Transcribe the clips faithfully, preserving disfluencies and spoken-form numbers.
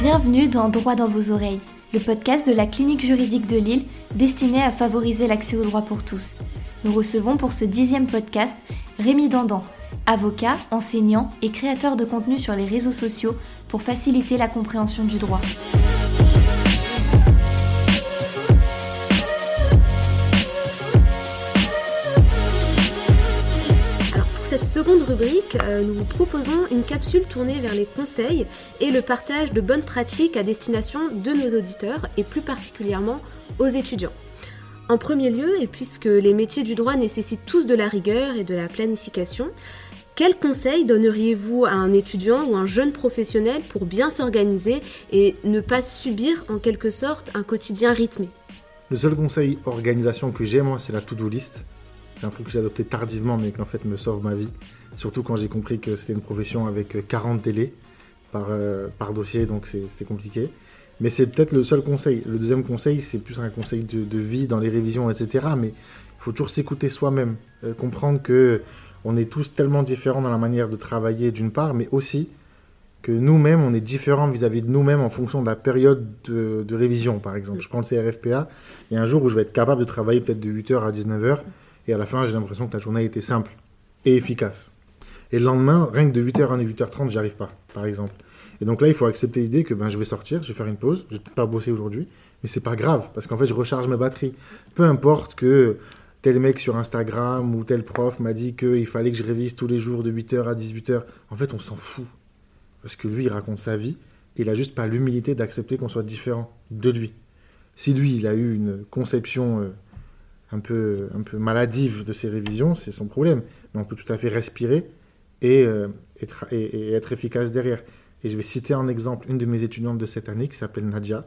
Bienvenue dans Droit dans vos oreilles, le podcast de la clinique juridique de Lille destiné à favoriser l'accès au droit pour tous. Nous recevons pour ce dixième podcast Rémi Dandan, avocat, enseignant et créateur de contenu sur les réseaux sociaux pour faciliter la compréhension du droit. Cette seconde rubrique, euh, nous vous proposons une capsule tournée vers les conseils et le partage de bonnes pratiques à destination de nos auditeurs et plus particulièrement aux étudiants. En premier lieu, et puisque les métiers du droit nécessitent tous de la rigueur et de la planification, quels conseils donneriez-vous à un étudiant ou un jeune professionnel pour bien s'organiser et ne pas subir en quelque sorte un quotidien rythmé ? Le seul conseil organisation que j'ai, moi, c'est la to-do list. C'est un truc que j'ai adopté tardivement, mais qui en fait me sauve ma vie. Surtout quand j'ai compris que c'était une profession avec quarante délais par, euh, par dossier, donc c'est, c'était compliqué. Mais c'est peut-être le seul conseil. Le deuxième conseil, c'est plus un conseil de, de vie dans les révisions, et cetera. Mais il faut toujours s'écouter soi-même. Euh, comprendre qu'on est tous tellement différents dans la manière de travailler d'une part, mais aussi que nous-mêmes, on est différents vis-à-vis de nous-mêmes en fonction de la période de, de révision, par exemple. Je prends le C R F P A, il y a un jour où je vais être capable de travailler peut-être de huit heures à dix-neuf heures. Et à la fin, j'ai l'impression que la journée était simple et efficace. Et le lendemain, rien que de huit heures à huit heures trente, j'y arrive pas, par exemple. Et donc là, il faut accepter l'idée que ben, je vais sortir, je vais faire une pause, je vais peut-être pas bosser aujourd'hui, mais c'est pas grave, parce qu'en fait, je recharge mes batteries. Peu importe que tel mec sur Instagram ou tel prof m'a dit qu'il fallait que je révise tous les jours de huit heures à dix-huit heures. En fait, on s'en fout. Parce que lui, il raconte sa vie, et il a juste pas l'humilité d'accepter qu'on soit différent de lui. Si lui, il a eu une conception... Euh, un peu, un peu maladive de ses révisions, c'est son problème. Mais on peut tout à fait respirer et, euh, être, et, et être efficace derrière. Et je vais citer en exemple une de mes étudiantes de cette année qui s'appelle Nadia,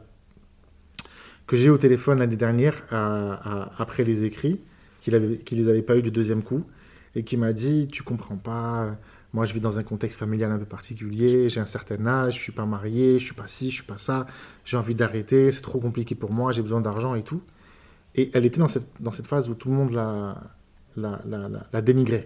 que j'ai eu au téléphone l'année dernière à, à, après les écrits, qui ne les avait pas eu du deuxième coup, et qui m'a dit « Tu comprends pas, moi je vis dans un contexte familial un peu particulier, j'ai un certain âge, je ne suis pas marié, je ne suis pas ci, je ne suis pas ça, j'ai envie d'arrêter, c'est trop compliqué pour moi, j'ai besoin d'argent et tout. » Et elle était dans cette, dans cette phase où tout le monde la, la, la, la, la dénigrait.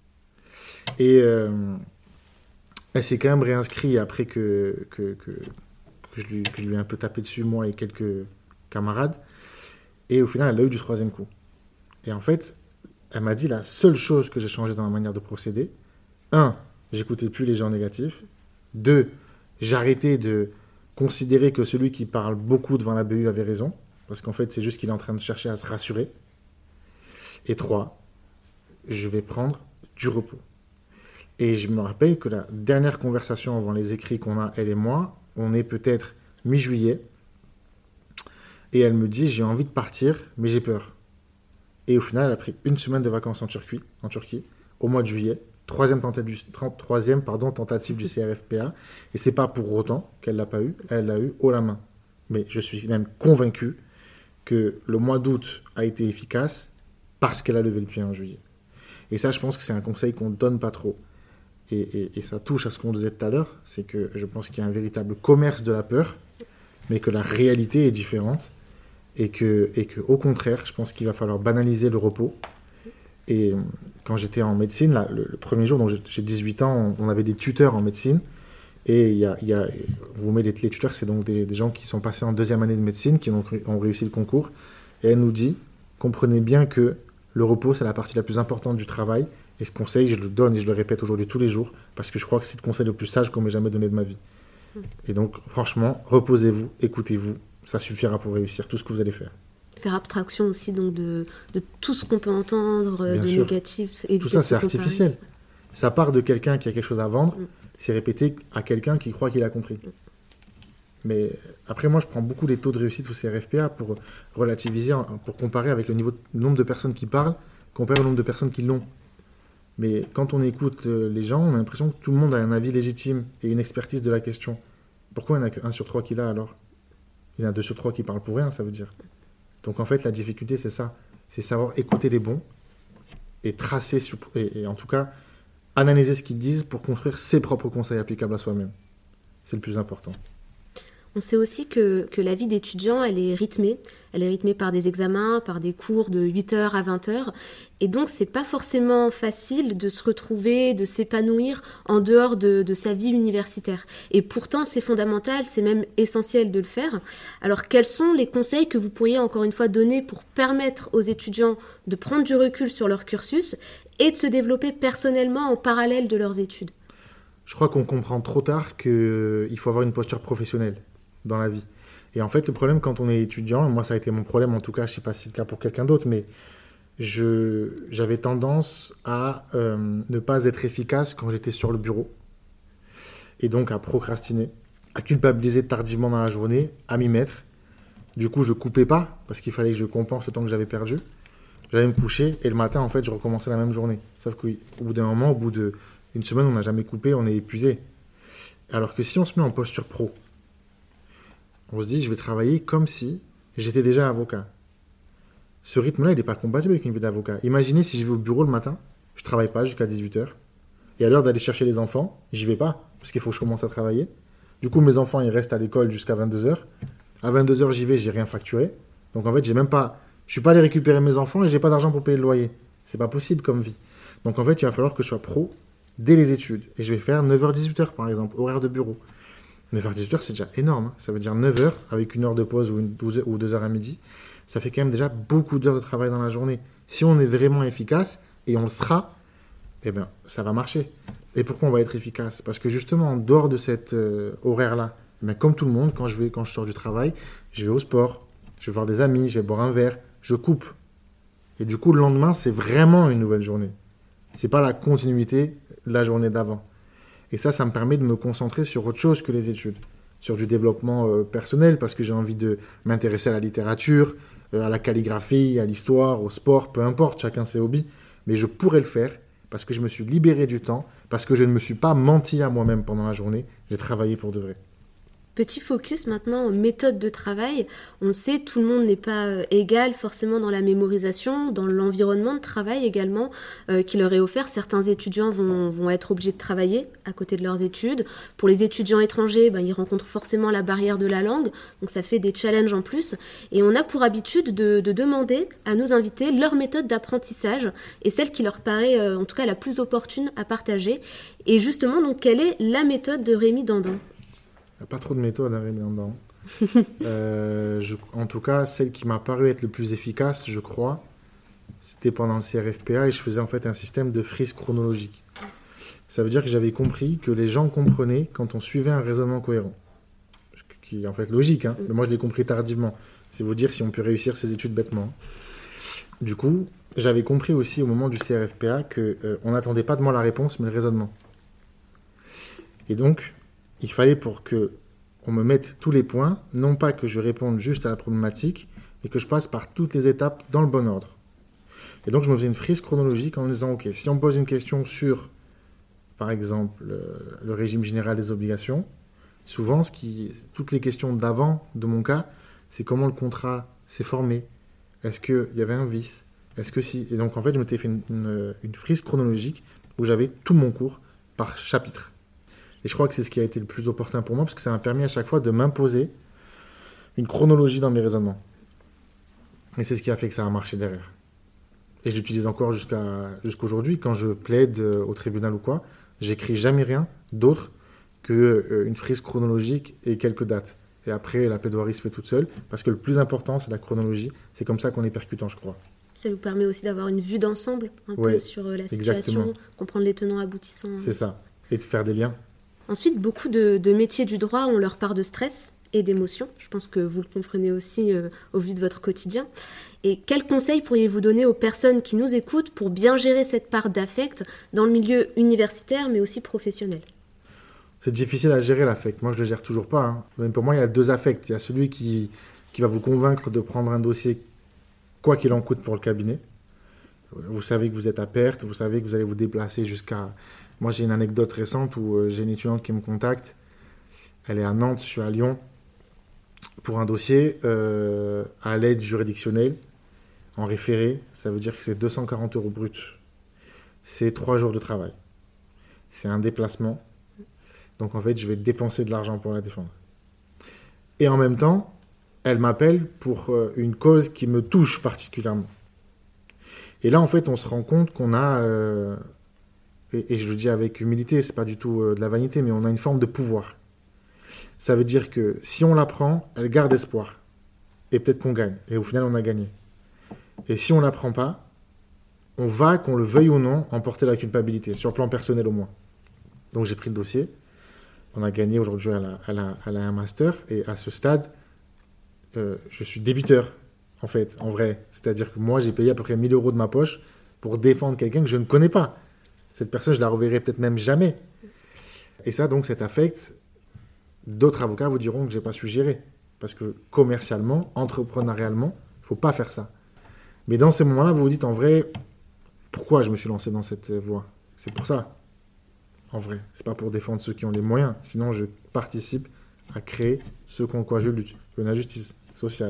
Et euh, elle s'est quand même réinscrite après que, que, que, que, je lui, que je lui ai un peu tapé dessus, moi et quelques camarades. Et au final, elle a eu du troisième coup. Et en fait, elle m'a dit la seule chose que j'ai changé dans ma manière de procéder, un, j'écoutais plus les gens négatifs. Deux, j'arrêtais de considérer que celui qui parle beaucoup devant la B U avait raison. Parce qu'en fait, c'est juste qu'il est en train de chercher à se rassurer. Et trois, je vais prendre du repos. Et je me rappelle que la dernière conversation avant les écrits qu'on a, elle et moi, on est peut-être mi-juillet. Et elle me dit, j'ai envie de partir, mais j'ai peur. Et au final, elle a pris une semaine de vacances en Turquie, en Turquie au mois de juillet. Troisième tentative du, troisième, pardon, tentative du C R F P A. Et c'est pas pour autant qu'elle l'a pas eu. Elle l'a eu haut la main. Mais je suis même convaincu que le mois d'août a été efficace parce qu'elle a levé le pied en juillet. Et ça, je pense que c'est un conseil qu'on ne donne pas trop. Et, et, et ça touche à ce qu'on disait tout à l'heure, c'est que je pense qu'il y a un véritable commerce de la peur, mais que la réalité est différente, et que, et que au contraire, je pense qu'il va falloir banaliser le repos. Et quand j'étais en médecine, là, le, le premier jour, donc j'ai dix-huit ans, on, on avait des tuteurs en médecine, et il y a, il y a, vous mettez les, les tuteurs, c'est donc des, des gens qui sont passés en deuxième année de médecine, qui ont, ont réussi le concours. Et elle nous dit, comprenez bien que le repos, c'est la partie la plus importante du travail. Et ce conseil, je le donne et je le répète aujourd'hui tous les jours, parce que je crois que c'est le conseil le plus sage qu'on m'ait jamais donné de ma vie. Et donc, franchement, reposez-vous, écoutez-vous. Ça suffira pour réussir tout ce que vous allez faire. Faire abstraction aussi donc de, de tout ce qu'on peut entendre, bien de sûr. Négatif. Et tout ça, c'est artificiel. Ça part de quelqu'un qui a quelque chose à vendre. Mm. C'est répété à quelqu'un qui croit qu'il a compris. Mais après, moi, je prends beaucoup les taux de réussite au C R F P A pour relativiser, pour comparer avec le niveau de, le nombre de personnes qui parlent, comparé au nombre de personnes qui l'ont. Mais quand on écoute les gens, on a l'impression que tout le monde a un avis légitime et une expertise de la question. Pourquoi il n'y en a qu'un sur trois qui l'a alors ? Il y en a deux sur trois qui parlent pour rien, ça veut dire. Donc en fait, la difficulté, c'est ça. C'est savoir écouter les bons et tracer, sur, et, et en tout cas, analyser ce qu'ils disent pour construire ses propres conseils applicables à soi-même. C'est le plus important. On sait aussi que, que la vie d'étudiant, elle est rythmée. Elle est rythmée par des examens, par des cours de huit heures à vingt heures. Et donc, c'est pas forcément facile de se retrouver, de s'épanouir en dehors de, de sa vie universitaire. Et pourtant, c'est fondamental, c'est même essentiel de le faire. Alors, quels sont les conseils que vous pourriez encore une fois donner pour permettre aux étudiants de prendre du recul sur leur cursus et de se développer personnellement en parallèle de leurs études? Je crois qu'on comprend trop tard qu'il faut avoir une posture professionnelle dans la vie. Et en fait, le problème quand on est étudiant, moi ça a été mon problème en tout cas, je ne sais pas si c'est le cas pour quelqu'un d'autre, mais je, j'avais tendance à euh, ne pas être efficace quand j'étais sur le bureau. Et donc à procrastiner, à culpabiliser tardivement dans la journée, à m'y mettre. Du coup, je ne coupais pas parce qu'il fallait que je compense le temps que j'avais perdu. J'allais me coucher et le matin, en fait, je recommençais la même journée. Sauf qu'au bout d'un moment, au bout d'une semaine, on n'a jamais coupé, on est épuisé. Alors que si on se met en posture pro, on se dit, je vais travailler comme si j'étais déjà avocat. Ce rythme-là, il n'est pas compatible avec une vie d'avocat. Imaginez si je vais au bureau le matin, je ne travaille pas jusqu'à dix-huit heures. Et à l'heure d'aller chercher les enfants, j'y vais pas, parce qu'il faut que je commence à travailler. Du coup, mes enfants, ils restent à l'école jusqu'à vingt-deux heures. À vingt-deux heures, j'y vais, j'ai rien facturé. Donc en fait, j'ai même pas... je ne suis pas allé récupérer mes enfants et je n'ai pas d'argent pour payer le loyer. C'est pas possible comme vie. Donc en fait, il va falloir que je sois pro dès les études. Et je vais faire neuf heures dix-huit heures, par exemple, horaire de bureau. neuf heures dix-huit heures, c'est déjà énorme. Hein. Ça veut dire neuf heures avec une heure de pause ou, une douze heures, ou deux heures à midi. Ça fait quand même déjà beaucoup d'heures de travail dans la journée. Si on est vraiment efficace, et on le sera, eh bien, ça va marcher. Et pourquoi on va être efficace? Parce que justement, en dehors de cet euh, horaire-là, eh bien, comme tout le monde, quand je, vais, quand je sors du travail, je vais au sport, je vais voir des amis, je vais boire un verre, je coupe. Et du coup, le lendemain, c'est vraiment une nouvelle journée. C'est pas la continuité de la journée d'avant. Et ça, ça me permet de me concentrer sur autre chose que les études. Sur du développement euh, personnel, parce que j'ai envie de m'intéresser à la littérature, euh, à la calligraphie, à l'histoire, au sport, peu importe, chacun ses hobbies. Mais je pourrais le faire parce que je me suis libéré du temps, parce que je ne me suis pas menti à moi-même pendant la journée. J'ai travaillé pour de vrai. Petit focus maintenant en méthode de travail. On le sait, tout le monde n'est pas euh, égal forcément dans la mémorisation, dans l'environnement de travail également euh, qui leur est offert. Certains étudiants vont, vont être obligés de travailler à côté de leurs études. Pour les étudiants étrangers, ben, ils rencontrent forcément la barrière de la langue, donc ça fait des challenges en plus. Et on a pour habitude de, de demander à nos invités leur méthode d'apprentissage et celle qui leur paraît euh, en tout cas la plus opportune à partager. Et justement, donc, quelle est la méthode de Rémi Dandan ? Il n'y a pas trop de méthodes à Rémi Dandan. euh, je, en tout cas, celle qui m'a paru être le plus efficace, je crois, c'était pendant le C R F P A et je faisais en fait un système de frise chronologique. Ça veut dire que j'avais compris que les gens comprenaient quand on suivait un raisonnement cohérent. Qui est en fait logique, hein, mais moi je l'ai compris tardivement. C'est vous dire si on peut réussir ses études bêtement. Du coup, j'avais compris aussi au moment du C R F P A qu'on euh, n'attendait pas de moi la réponse, mais le raisonnement. Et donc, il fallait pour que on me mette tous les points, non pas que je réponde juste à la problématique, mais que je passe par toutes les étapes dans le bon ordre. Et donc, je me faisais une frise chronologique en me disant, ok, si on me pose une question sur, par exemple, euh, le régime général des obligations, souvent, ce qui, toutes les questions d'avant, de mon cas, c'est comment le contrat s'est formé. Est-ce qu'il y avait un vice? Est-ce que si? Et donc, en fait, je m'étais fait une, une, une frise chronologique où j'avais tout mon cours par chapitre. Et je crois que c'est ce qui a été le plus opportun pour moi, parce que ça m'a permis à chaque fois de m'imposer une chronologie dans mes raisonnements. Et c'est ce qui a fait que ça a marché derrière. Et j'utilise encore jusqu'à, jusqu'aujourd'hui, quand je plaide au tribunal ou quoi, j'écris jamais rien d'autre qu'une frise chronologique et quelques dates. Et après, la plaidoirie se fait toute seule, parce que le plus important, c'est la chronologie. C'est comme ça qu'on est percutant, je crois. Ça vous permet aussi d'avoir une vue d'ensemble, un ouais, peu sur la situation, exactement. Comprendre les tenants aboutissants. C'est ça. Et de faire des liens. Ensuite, beaucoup de, de métiers du droit ont leur part de stress et d'émotion. Je pense que vous le comprenez aussi euh, au vu de votre quotidien. Et quels conseils pourriez-vous donner aux personnes qui nous écoutent pour bien gérer cette part d'affect dans le milieu universitaire, mais aussi professionnel ? C'est difficile à gérer l'affect. Moi, je ne le gère toujours pas. Hein. Même pour moi, il y a deux affects. Il y a celui qui, qui va vous convaincre de prendre un dossier, quoi qu'il en coûte pour le cabinet. Vous savez que vous êtes à perte, vous savez que vous allez vous déplacer jusqu'à... Moi, j'ai une anecdote récente où euh, j'ai une étudiante qui me contacte. Elle est à Nantes, je suis à Lyon, pour un dossier euh, à l'aide juridictionnelle, en référé. Ça veut dire que c'est deux cent quarante euros brut. C'est trois jours de travail. C'est un déplacement. Donc, en fait, je vais dépenser de l'argent pour la défendre. Et en même temps, elle m'appelle pour euh, une cause qui me touche particulièrement. Et là, en fait, on se rend compte qu'on a, euh, et, et je le dis avec humilité, c'est pas du tout euh, de la vanité, mais on a une forme de pouvoir. Ça veut dire que si on la prend, elle garde espoir. Et peut-être qu'on gagne. Et au final, on a gagné. Et si on la prend pas, on va, qu'on le veuille ou non, emporter la culpabilité, sur le plan personnel au moins. Donc j'ai pris le dossier. On a gagné aujourd'hui, elle a, elle a, elle a un master. Et à ce stade, euh, je suis débiteur, en fait, en vrai. C'est-à-dire que moi, j'ai payé à peu près mille euros de ma poche pour défendre quelqu'un que je ne connais pas. Cette personne, je la reverrai peut-être même jamais. Et ça, donc, cet affect, d'autres avocats vous diront que je n'ai pas su gérer. Parce que commercialement, entrepreneurialement, il ne faut pas faire ça. Mais dans ces moments-là, vous vous dites, en vrai, pourquoi je me suis lancé dans cette voie ? C'est pour ça. En vrai, c'est pas pour défendre ceux qui ont les moyens. Sinon, je participe à créer ce contre quoi je lutte. Une injustice sociale.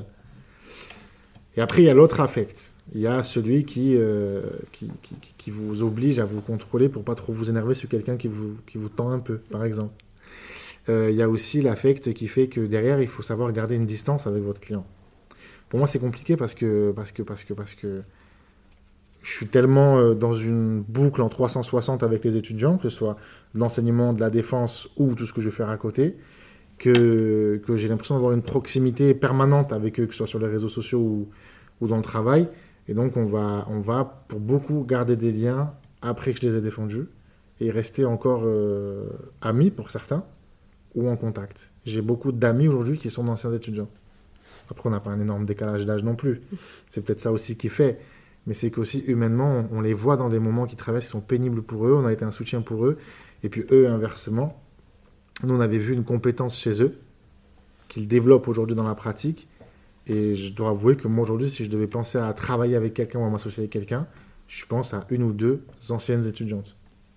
Et après, il y a l'autre affect. Il y a celui qui, euh, qui, qui, qui vous oblige à vous contrôler pour pas trop vous énerver sur quelqu'un qui vous, qui vous tend un peu, par exemple. Euh, il y a aussi l'affect qui fait que derrière, il faut savoir garder une distance avec votre client. Pour moi, c'est compliqué parce que, parce que, parce que, parce que je suis tellement dans une boucle en trois cent soixante avec les étudiants, que ce soit l'enseignement, de la défense ou tout ce que je vais faire à côté, que, que j'ai l'impression d'avoir une proximité permanente avec eux, que ce soit sur les réseaux sociaux ou, ou dans le travail. Et donc, on va, on va, pour beaucoup, garder des liens après que je les ai défendus et rester encore euh, amis pour certains ou en contact. J'ai beaucoup d'amis aujourd'hui qui sont d'anciens étudiants. Après, on n'a pas un énorme décalage d'âge non plus. C'est peut-être ça aussi qui fait. Mais c'est qu'aussi, humainement, on, on les voit dans des moments qui traversent, qui sont pénibles pour eux. On a été un soutien pour eux. Et puis eux, inversement, nous, on avait vu une compétence chez eux qu'ils développent aujourd'hui dans la pratique. Et je dois avouer que moi, aujourd'hui, si je devais penser à travailler avec quelqu'un ou à m'associer avec quelqu'un, je pense à une ou deux anciennes étudiantes.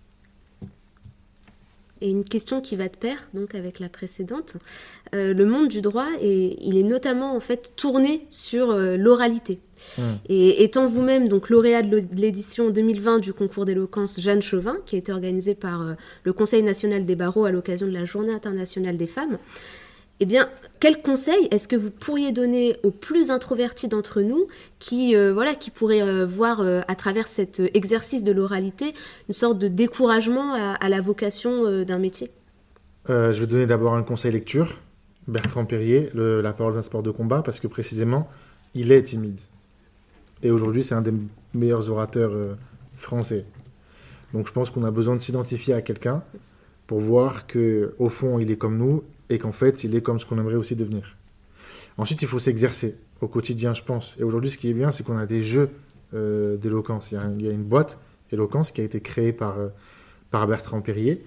Et une question qui va de pair donc avec la précédente, euh, le monde du droit est, il est notamment en fait tourné sur euh, l'oralité. Mmh. Et étant vous-même donc lauréat de l'édition deux mille vingt du concours d'éloquence Jeanne Chauvin, qui a été organisé par euh, le Conseil national des barreaux à l'occasion de la Journée internationale des femmes, eh bien, quel conseil est-ce que vous pourriez donner aux plus introvertis d'entre nous qui, euh, voilà, qui pourraient euh, voir euh, à travers cet exercice de l'oralité une sorte de découragement à, à la vocation euh, d'un métier ? euh, Je vais donner d'abord un conseil lecture. Bertrand Perrier, le, La parole d'un sport de combat, parce que précisément, il est timide. Et aujourd'hui, c'est un des meilleurs orateurs euh, français. Donc je pense qu'on a besoin de s'identifier à quelqu'un pour voir qu'au fond, il est comme nous, et qu'en fait, il est comme ce qu'on aimerait aussi devenir. Ensuite, il faut s'exercer au quotidien, je pense. Et aujourd'hui, ce qui est bien, c'est qu'on a des jeux euh, d'éloquence. Il y a, un, il y a une boîte éloquence qui a été créée par, euh, par Bertrand Perrier,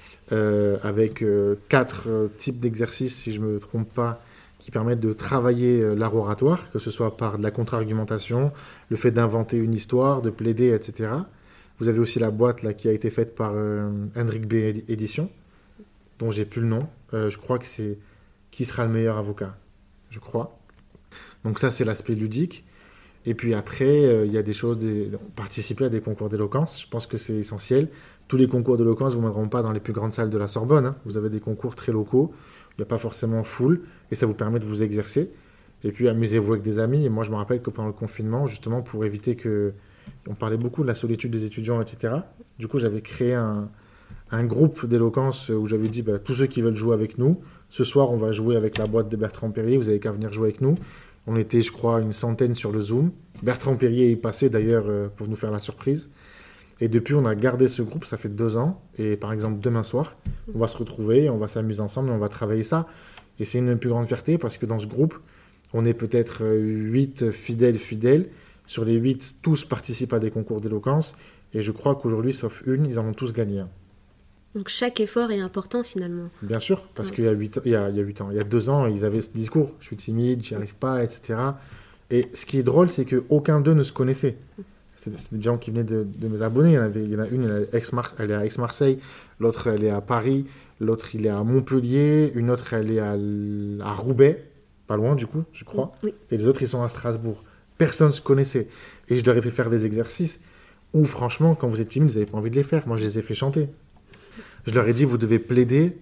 euh, avec euh, quatre euh, types d'exercices, si je ne me trompe pas, qui permettent de travailler euh, l'art oratoire, que ce soit par de la contre-argumentation, le fait d'inventer une histoire, de plaider, et cetera. Vous avez aussi la boîte là, qui a été faite par euh, Hendrik B. Édition, dont j'ai plus le nom. Euh, je crois que c'est Qui sera le meilleur avocat, je crois. Donc ça, c'est l'aspect ludique. Et puis après, il euh, y a des choses, des... participer à des concours d'éloquence, je pense que c'est essentiel. Tous les concours d'éloquence ne vous mèneront pas dans les plus grandes salles de la Sorbonne. Hein. Vous avez des concours très locaux, il n'y a pas forcément full, et ça vous permet de vous exercer. Et puis amusez-vous avec des amis. Et moi, je me rappelle que pendant le confinement, justement, pour éviter que... On parlait beaucoup de la solitude des étudiants, et cetera. Du coup, j'avais créé un... un groupe d'éloquence où j'avais dit bah, tous ceux qui veulent jouer avec nous, ce soir on va jouer avec la boîte de Bertrand Perrier, vous avez qu'à venir jouer avec nous. On était je crois une centaine sur le Zoom. Bertrand Perrier est passé d'ailleurs euh, pour nous faire la surprise. Et depuis on a gardé ce groupe, ça fait deux ans. Et par exemple demain soir, on va se retrouver, on va s'amuser ensemble, on va travailler ça. Et c'est une plus grande fierté parce que dans ce groupe, on est peut-être huit fidèles fidèles. Sur les huit, tous participent à des concours d'éloquence. Et je crois qu'aujourd'hui, sauf une, ils en ont tous gagné un. Donc chaque effort est important finalement. Bien sûr, parce ouais. qu'il y a huit, il y a, il y a huit ans, il y a deux ans, ils avaient ce discours, je suis timide, j'y arrive pas, et cetera. Et ce qui est drôle, c'est qu'aucun d'eux ne se connaissait. C'est, c'est des gens qui venaient de, de mes abonnés. Il y en avait, il y en a une, elle est, Aix-Mar- elle est à Aix-Marseille, l'autre elle est à Paris, l'autre il est à Montpellier, une autre elle est à, à Roubaix, pas loin du coup, je crois. Oui. Et les autres ils sont à Strasbourg. Personne ne se connaissait. Et je leur ai fait faire des exercices où franchement, quand vous êtes timide, vous n'avez pas envie de les faire. Moi, je les ai fait chanter. Je leur ai dit, vous devez plaider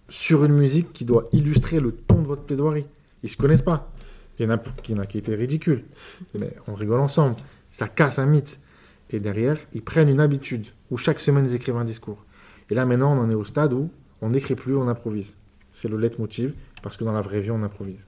sur une musique qui doit illustrer le ton de votre plaidoirie. Ils ne se connaissent pas. Il y en a qui, qui étaient ridicules. Mais on rigole ensemble. Ça casse un mythe. Et derrière, ils prennent une habitude où chaque semaine, ils écrivent un discours. Et là, maintenant, on en est au stade où on n'écrit plus, on improvise. C'est le leitmotiv, parce que dans la vraie vie, on improvise.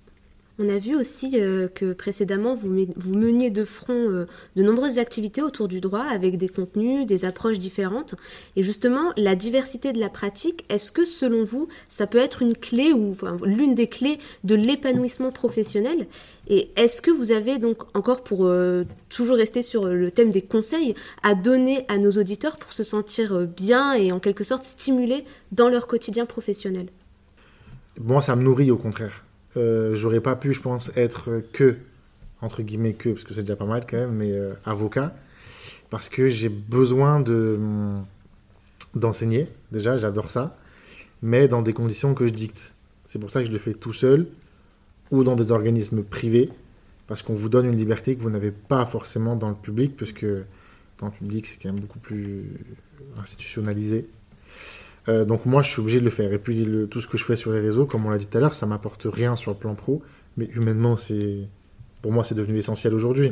On a vu aussi euh, que précédemment, vous, me- vous meniez de front euh, de nombreuses activités autour du droit avec des contenus, des approches différentes. Et justement, la diversité de la pratique, est-ce que selon vous, ça peut être une clé ou enfin, l'une des clés de l'épanouissement professionnel ? Et est-ce que vous avez donc, encore pour euh, toujours rester sur le thème des conseils, à donner à nos auditeurs pour se sentir bien et en quelque sorte stimulés dans leur quotidien professionnel ? Moi, ça me nourrit au contraire. Euh, j'aurais pas pu, je pense, être que, entre guillemets que, parce que c'est déjà pas mal quand même, mais euh, avocat, parce que j'ai besoin de, d'enseigner, déjà, j'adore ça, mais dans des conditions que je dicte. C'est pour ça que je le fais tout seul, ou dans des organismes privés, parce qu'on vous donne une liberté que vous n'avez pas forcément dans le public, puisque dans le public, c'est quand même beaucoup plus institutionnalisé. Euh, donc moi, je suis obligé de le faire. Et puis, le, tout ce que je fais sur les réseaux, comme on l'a dit tout à l'heure, ça ne m'apporte rien sur le plan pro. Mais humainement, c'est, pour moi, c'est devenu essentiel aujourd'hui.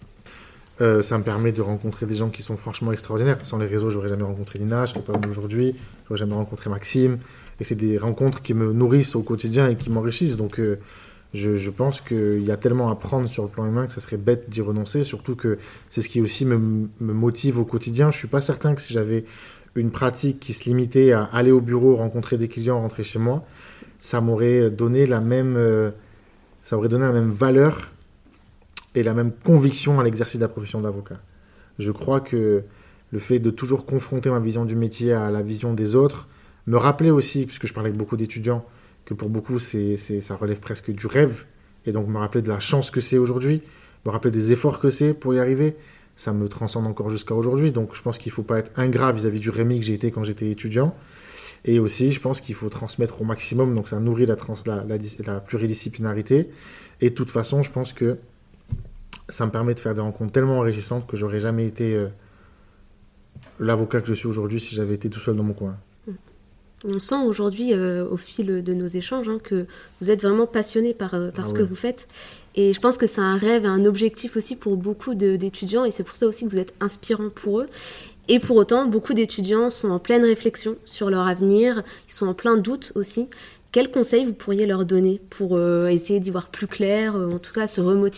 Euh, ça me permet de rencontrer des gens qui sont franchement extraordinaires. Sans les réseaux, je n'aurais jamais rencontré Lina, je ne serais pas venu aujourd'hui. Je n'aurais jamais rencontré Maxime. Et c'est des rencontres qui me nourrissent au quotidien et qui m'enrichissent. Donc, euh, je, je pense qu'il y a tellement à prendre sur le plan humain que ça serait bête d'y renoncer. Surtout que c'est ce qui aussi me, me motive au quotidien. Je ne suis pas certain que si j'avais une pratique qui se limitait à aller au bureau, rencontrer des clients, rentrer chez moi, ça m'aurait donné la même, euh, ça aurait donné la même valeur et la même conviction à l'exercice de la profession d'avocat. Je crois que le fait de toujours confronter ma vision du métier à la vision des autres, me rappeler aussi, puisque je parlais avec beaucoup d'étudiants, que pour beaucoup, c'est, c'est, ça relève presque du rêve, et donc me rappeler de la chance que c'est aujourd'hui, me rappeler des efforts que c'est pour y arriver, ça me transcende encore jusqu'à aujourd'hui. Donc je pense qu'il ne faut pas être ingrat vis-à-vis du Rémi que j'ai été quand j'étais étudiant. Et aussi, je pense qu'il faut transmettre au maximum. Donc ça nourrit la, trans, la, la, la pluridisciplinarité. Et de toute façon, je pense que ça me permet de faire des rencontres tellement enrichissantes que je n'aurais jamais été euh, l'avocat que je suis aujourd'hui si j'avais été tout seul dans mon coin. On sent aujourd'hui, euh, au fil de nos échanges, hein, que vous êtes vraiment passionné par, euh, par ah ce ouais. que vous faites. Et je pense que c'est un rêve, un objectif aussi pour beaucoup de, d'étudiants. Et c'est pour ça aussi que vous êtes inspirant pour eux. Et pour autant, beaucoup d'étudiants sont en pleine réflexion sur leur avenir. Ils sont en plein doute aussi. Quels conseils vous pourriez leur donner pour euh, essayer d'y voir plus clair, euh, en tout cas se remotiver ?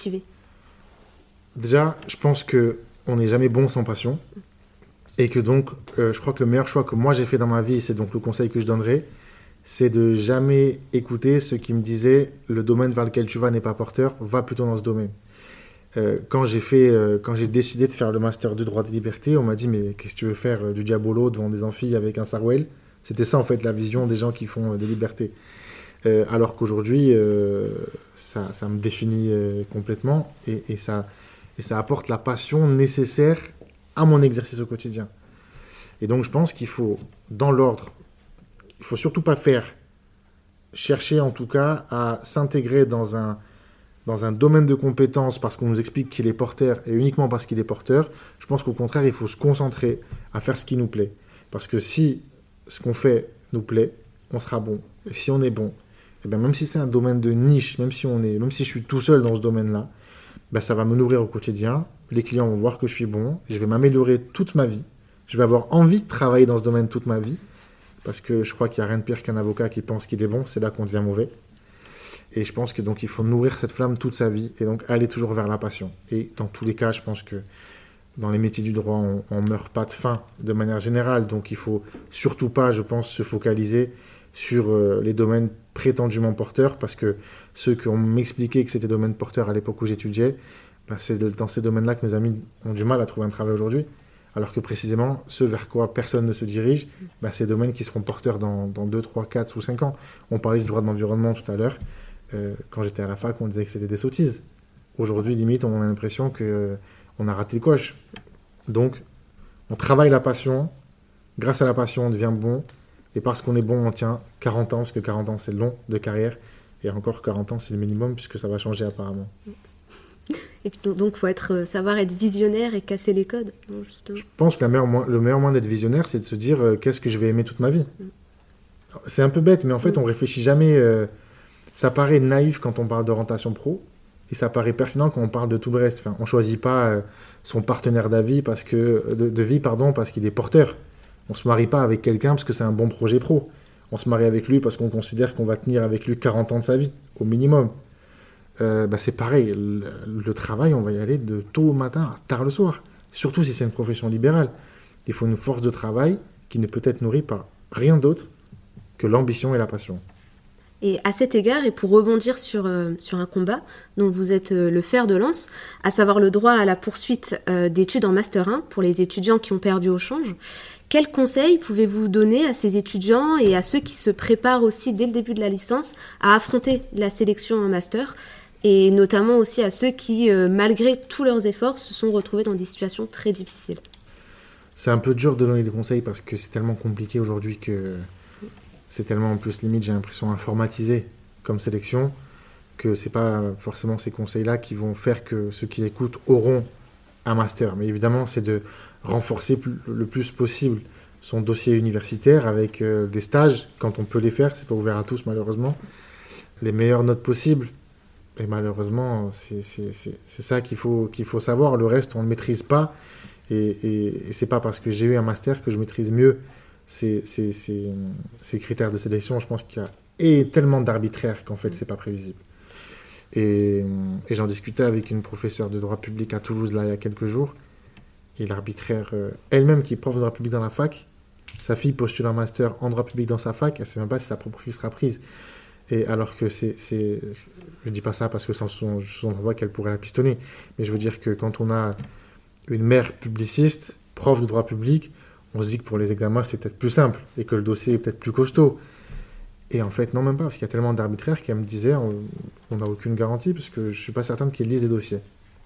Déjà, je pense qu'on n'est jamais bon sans passion. Et que donc, euh, je crois que le meilleur choix que moi j'ai fait dans ma vie, et c'est donc le conseil que je donnerais, c'est de jamais écouter ceux qui me disaient « le domaine vers lequel tu vas n'est pas porteur, va plutôt dans ce domaine ». Euh, quand j'ai fait, euh, quand j'ai décidé de faire le master du droit des libertés, on m'a dit « mais qu'est-ce que tu veux faire euh, du diabolo devant des amphis avec un sarouel ?» C'était ça en fait la vision des gens qui font euh, des libertés. Euh, alors qu'aujourd'hui, euh, ça, ça me définit euh, complètement et, et, ça, et ça apporte la passion nécessaire à mon exercice au quotidien. Et donc, je pense qu'il faut, dans l'ordre, il ne faut surtout pas faire, chercher en tout cas à s'intégrer dans un, dans un domaine de compétences parce qu'on nous explique qu'il est porteur et uniquement parce qu'il est porteur. Je pense qu'au contraire, il faut se concentrer à faire ce qui nous plaît. Parce que si ce qu'on fait nous plaît, on sera bon. Et si on est bon, et bien même si c'est un domaine de niche, même si, on est, même si je suis tout seul dans ce domaine-là, ben ça va me nourrir au quotidien. Les clients vont voir que je suis bon. Je vais m'améliorer toute ma vie. Je vais avoir envie de travailler dans ce domaine toute ma vie. Parce que je crois qu'il n'y a rien de pire qu'un avocat qui pense qu'il est bon. C'est là qu'on devient mauvais. Et je pense que donc il faut nourrir cette flamme toute sa vie. Et donc aller toujours vers la passion. Et dans tous les cas, je pense que dans les métiers du droit, on ne meurt pas de faim de manière générale. Donc il ne faut surtout pas, je pense, se focaliser sur euh, les domaines prétendument porteurs. Parce que ceux qui ont m'expliqué que c'était domaine porteur à l'époque où j'étudiais, ben c'est dans ces domaines-là que mes amis ont du mal à trouver un travail aujourd'hui. Alors que précisément, ceux vers quoi personne ne se dirige, ben c'est des domaines qui seront porteurs dans, dans deux, trois, quatre ou cinq ans. On parlait du droit de l'environnement tout à l'heure. Euh, quand j'étais à la fac, on disait que c'était des sottises. Aujourd'hui, limite, on a l'impression qu'on euh, a raté le coche. Donc, on travaille la passion. Grâce à la passion, on devient bon. Et parce qu'on est bon, on tient quarante ans, parce que quarante ans, c'est long de carrière. Et encore quarante ans, c'est le minimum, puisque ça va changer apparemment. Et puis donc, il faut être, savoir être visionnaire et casser les codes, justement. Je pense que la meilleure, le meilleur moyen d'être visionnaire, c'est de se dire euh, qu'est-ce que je vais aimer toute ma vie. C'est un peu bête, mais en fait, on réfléchit jamais. Euh, ça paraît naïf quand on parle d'orientation pro, et ça paraît pertinent quand on parle de tout le reste. Enfin, on choisit pas euh, son partenaire d'avis parce que de, de vie, pardon, parce qu'il est porteur. On se marie pas avec quelqu'un parce que c'est un bon projet pro. On se marie avec lui parce qu'on considère qu'on va tenir avec lui quarante ans de sa vie, au minimum. Euh, bah c'est pareil. Le, le travail, on va y aller de tôt au matin à tard le soir. Surtout si c'est une profession libérale. Il faut une force de travail qui ne peut être nourrie par rien d'autre que l'ambition et la passion. Et à cet égard, et pour rebondir sur, euh, sur un combat dont vous êtes euh, le fer de lance, à savoir le droit à la poursuite euh, d'études en Master un pour les étudiants qui ont perdu au change, quels conseils pouvez-vous donner à ces étudiants et à ceux qui se préparent aussi dès le début de la licence à affronter la sélection en Master, et notamment aussi à ceux qui, euh, malgré tous leurs efforts, se sont retrouvés dans des situations très difficiles? C'est un peu dur de donner des conseils parce que c'est tellement compliqué aujourd'hui que... C'est tellement en plus limite, j'ai l'impression, informatisé comme sélection que c'est pas forcément ces conseils-là qui vont faire que ceux qui écoutent auront un master. Mais évidemment, c'est de renforcer le plus possible son dossier universitaire avec euh, des stages, quand on peut les faire, c'est pas ouvert à tous malheureusement, les meilleures notes possibles. Et malheureusement, c'est, c'est, c'est, c'est ça qu'il faut, qu'il faut savoir. Le reste, on ne le maîtrise pas. Et, et, et c'est pas parce que j'ai eu un master que je maîtrise mieux Ces, ces, ces, ces critères de sélection. Je pense qu'il y a et tellement d'arbitraire qu'en fait, c'est pas prévisible. Et, et j'en discutais avec une professeure de droit public à Toulouse, là, il y a quelques jours. Et l'arbitraire, euh, elle-même, qui est prof de droit public dans la fac, sa fille postule un master en droit public dans sa fac, elle ne sait même pas si sa propre fille sera prise. Et alors que c'est... c'est je ne dis pas ça parce que sans son, son droit qu'elle pourrait la pistonner. Mais je veux dire que quand on a une mère publiciste, prof de droit public, on se dit que pour les examens, c'est peut-être plus simple et que le dossier est peut-être plus costaud. Et en fait, non, même pas, parce qu'il y a tellement d'arbitraires qu'elle me disait on n'a aucune garantie, parce que je ne suis pas certain qu'ils lisent les dossiers.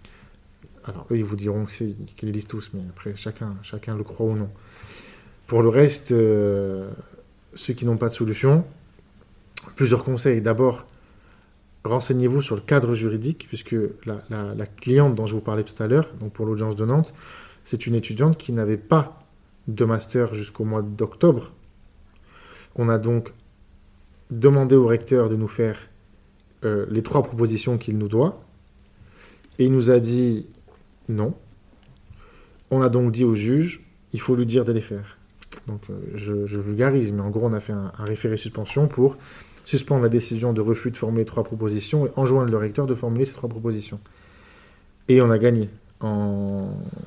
Alors, eux, ils vous diront que c'est, qu'ils les lisent tous, mais après, chacun, chacun le croit ou non. Pour le reste, euh, ceux qui n'ont pas de solution, plusieurs conseils. D'abord, renseignez-vous sur le cadre juridique, puisque la, la, la cliente dont je vous parlais tout à l'heure, donc pour l'audience de Nantes, c'est une étudiante qui n'avait pas de master jusqu'au mois d'octobre. On a donc demandé au recteur de nous faire euh, les trois propositions qu'il nous doit, et il nous a dit non. On a donc dit au juge, il faut lui dire de les faire. Donc euh, je, je vulgarise, mais en gros on a fait un, un référé suspension pour suspendre la décision de refus de formuler trois propositions et enjoindre le recteur de formuler ces trois propositions. Et on a gagné en...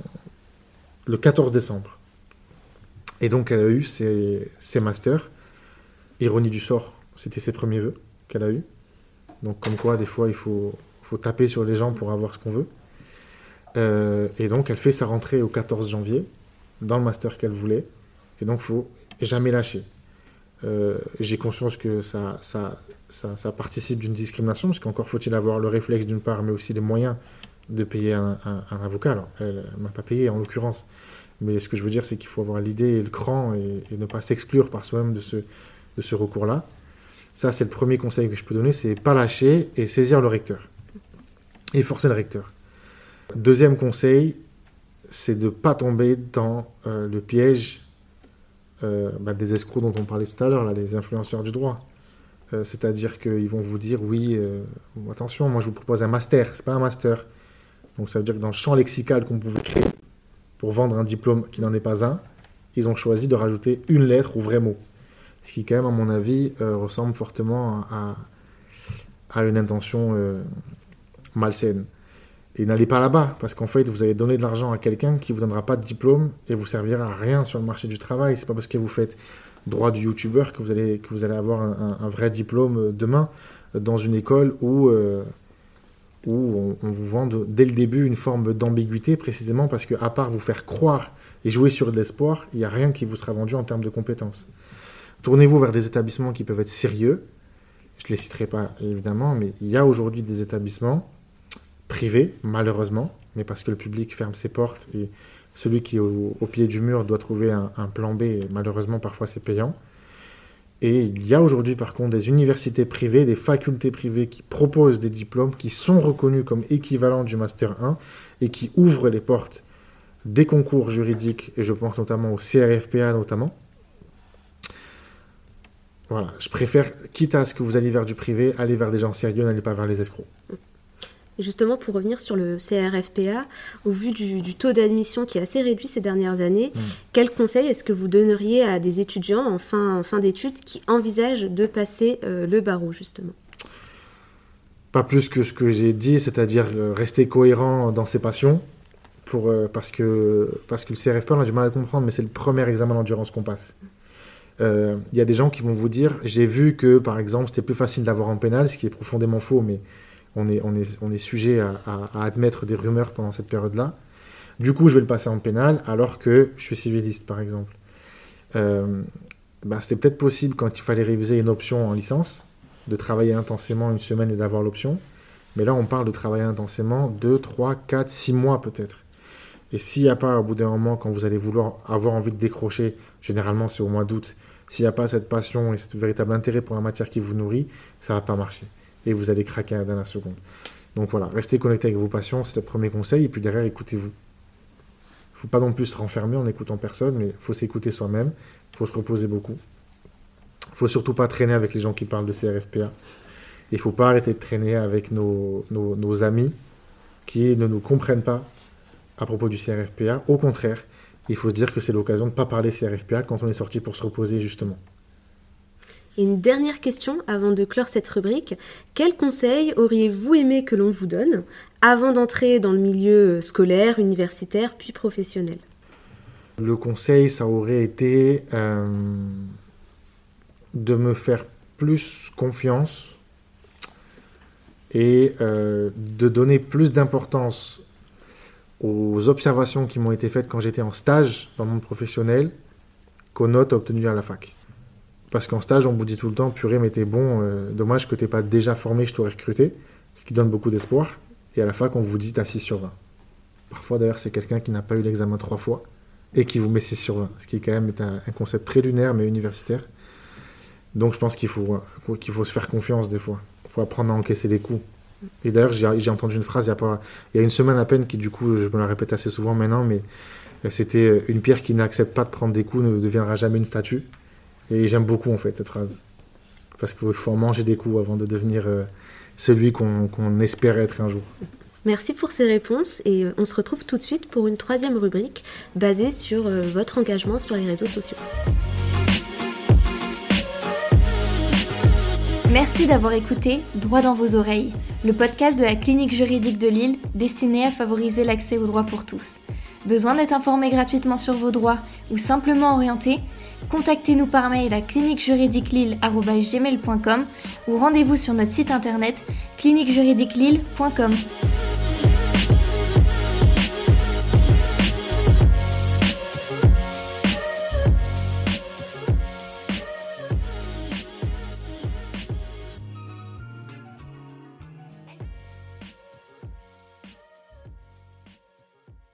le quatorze décembre. Et donc, elle a eu ses, ses masters. Ironie du sort, c'était ses premiers vœux qu'elle a eu. Donc, comme quoi, des fois, il faut, faut taper sur les gens pour avoir ce qu'on veut. Euh, et donc, elle fait sa rentrée au quatorze janvier, dans le master qu'elle voulait. Et donc, il ne faut jamais lâcher. Euh, j'ai conscience que ça, ça, ça, ça participe d'une discrimination, parce qu'encore faut-il avoir le réflexe d'une part, mais aussi les moyens de payer un, un, un avocat. Alors, elle ne m'a pas payé, en l'occurrence. Mais ce que je veux dire, c'est qu'il faut avoir l'idée et le cran et, et ne pas s'exclure par soi-même de ce, de ce recours-là. Ça, c'est le premier conseil que je peux donner, c'est pas lâcher et saisir le recteur. Et forcer le recteur. Deuxième conseil, c'est de ne pas tomber dans euh, le piège euh, bah, des escrocs dont on parlait tout à l'heure, là, les influenceurs du droit. Euh, c'est-à-dire qu'ils vont vous dire, oui, euh, attention, moi je vous propose un master, c'est pas un master. Donc ça veut dire que dans le champ lexical qu'on pouvait créer, pour vendre un diplôme qui n'en est pas un, ils ont choisi de rajouter une lettre ou vrai mot. Ce qui, quand même, à mon avis, euh, ressemble fortement à, à une intention euh, malsaine. Et n'allez pas là-bas, parce qu'en fait, vous allez donner de l'argent à quelqu'un qui ne vous donnera pas de diplôme et vous servira à rien sur le marché du travail. C'est pas parce que vous faites droit du youtubeur que vous allez, que vous allez avoir un, un, un vrai diplôme demain dans une école où... Euh, où on, on vous vend de, dès le début une forme d'ambiguïté, précisément parce qu'à part vous faire croire et jouer sur de l'espoir, il n'y a rien qui vous sera vendu en termes de compétences. Tournez-vous vers des établissements qui peuvent être sérieux. Je ne les citerai pas, évidemment, mais il y a aujourd'hui des établissements privés, malheureusement, mais parce que le public ferme ses portes et celui qui est au, au pied du mur doit trouver un, un plan B, et malheureusement, parfois, c'est payant. Et il y a aujourd'hui, par contre, des universités privées, des facultés privées qui proposent des diplômes qui sont reconnus comme équivalents du Master un et qui ouvrent les portes des concours juridiques, et je pense notamment au C R F P A notamment. Voilà, je préfère, quitte à ce que vous alliez vers du privé, aller vers des gens sérieux, n'allez pas vers les escrocs. Et justement, pour revenir sur le C R F P A, au vu du, du taux d'admission qui est assez réduit ces dernières années, mmh. quel conseil est-ce que vous donneriez à des étudiants en fin, en fin d'études qui envisagent de passer euh, le barreau, justement ? Pas plus que ce que j'ai dit, c'est-à-dire euh, rester cohérent dans ses passions, pour, euh, parce, que, parce que le C R F P A, on a du mal à comprendre, mais c'est le premier examen d'endurance qu'on passe. Il euh, y a des gens qui vont vous dire, j'ai vu que, par exemple, c'était plus facile d'avoir en pénal, ce qui est profondément faux, mais on est, on est, on est sujet à, à, à admettre des rumeurs pendant cette période-là. Du coup, je vais le passer en pénal, alors que je suis civiliste, par exemple. Euh, bah, c'était peut-être possible quand il fallait réviser une option en licence, de travailler intensément une semaine et d'avoir l'option. Mais là, on parle de travailler intensément deux, trois, quatre, six mois peut-être. Et s'il n'y a pas, au bout d'un moment, quand vous allez vouloir avoir envie de décrocher, généralement c'est au mois d'août, s'il n'y a pas cette passion et ce véritable intérêt pour la matière qui vous nourrit, ça ne va pas marcher. Et vous allez craquer dans la seconde. Donc voilà, restez connecté avec vos passions, c'est le premier conseil. Et puis derrière, écoutez-vous. Il ne faut pas non plus se renfermer en écoutant personne, mais il faut s'écouter soi-même. Il faut se reposer beaucoup. Il ne faut surtout pas traîner avec les gens qui parlent de C R F P A. Il ne faut pas arrêter de traîner avec nos, nos, nos amis qui ne nous comprennent pas à propos du C R F P A. Au contraire, il faut se dire que c'est l'occasion de ne pas parler C R F P A quand on est sorti pour se reposer, justement. Et une dernière question avant de clore cette rubrique. Quels conseils auriez-vous aimé que l'on vous donne avant d'entrer dans le milieu scolaire, universitaire, puis professionnel ? Le conseil, ça aurait été euh, de me faire plus confiance et euh, de donner plus d'importance aux observations qui m'ont été faites quand j'étais en stage dans le monde professionnel qu'aux notes obtenues à la fac. Parce qu'en stage, on vous dit tout le temps, purée, mais t'es bon, euh, dommage que t'es pas déjà formé, je t'aurais recruté, ce qui donne beaucoup d'espoir. Et à la fac, on vous dit t'as six sur vingt. Parfois, d'ailleurs, c'est quelqu'un qui n'a pas eu l'examen trois fois et qui vous met six sur vingt, ce qui est quand même est un, un concept très lunaire, mais universitaire. Donc, je pense qu'il faut, qu'il faut se faire confiance des fois. Il faut apprendre à encaisser les coups. Et d'ailleurs, j'ai, j'ai entendu une phrase il y a pas, il y a une semaine à peine, qui du coup, je me la répète assez souvent maintenant, mais c'était une pierre qui n'accepte pas de prendre des coups ne deviendra jamais une statue. Et j'aime beaucoup en fait cette phrase. Parce qu'il faut manger des coups avant de devenir euh, celui qu'on, qu'on espère être un jour. Merci pour ces réponses et on se retrouve tout de suite pour une troisième rubrique basée sur euh, votre engagement sur les réseaux sociaux. Merci d'avoir écouté Droit dans vos oreilles, le podcast de la clinique juridique de Lille destiné à favoriser l'accès au droit pour tous. Besoin d'être informé gratuitement sur vos droits ou simplement orienté ? Contactez-nous par mail à clinique juridique lille arobase gmail point com ou rendez-vous sur notre site internet clinique juridique lille point com.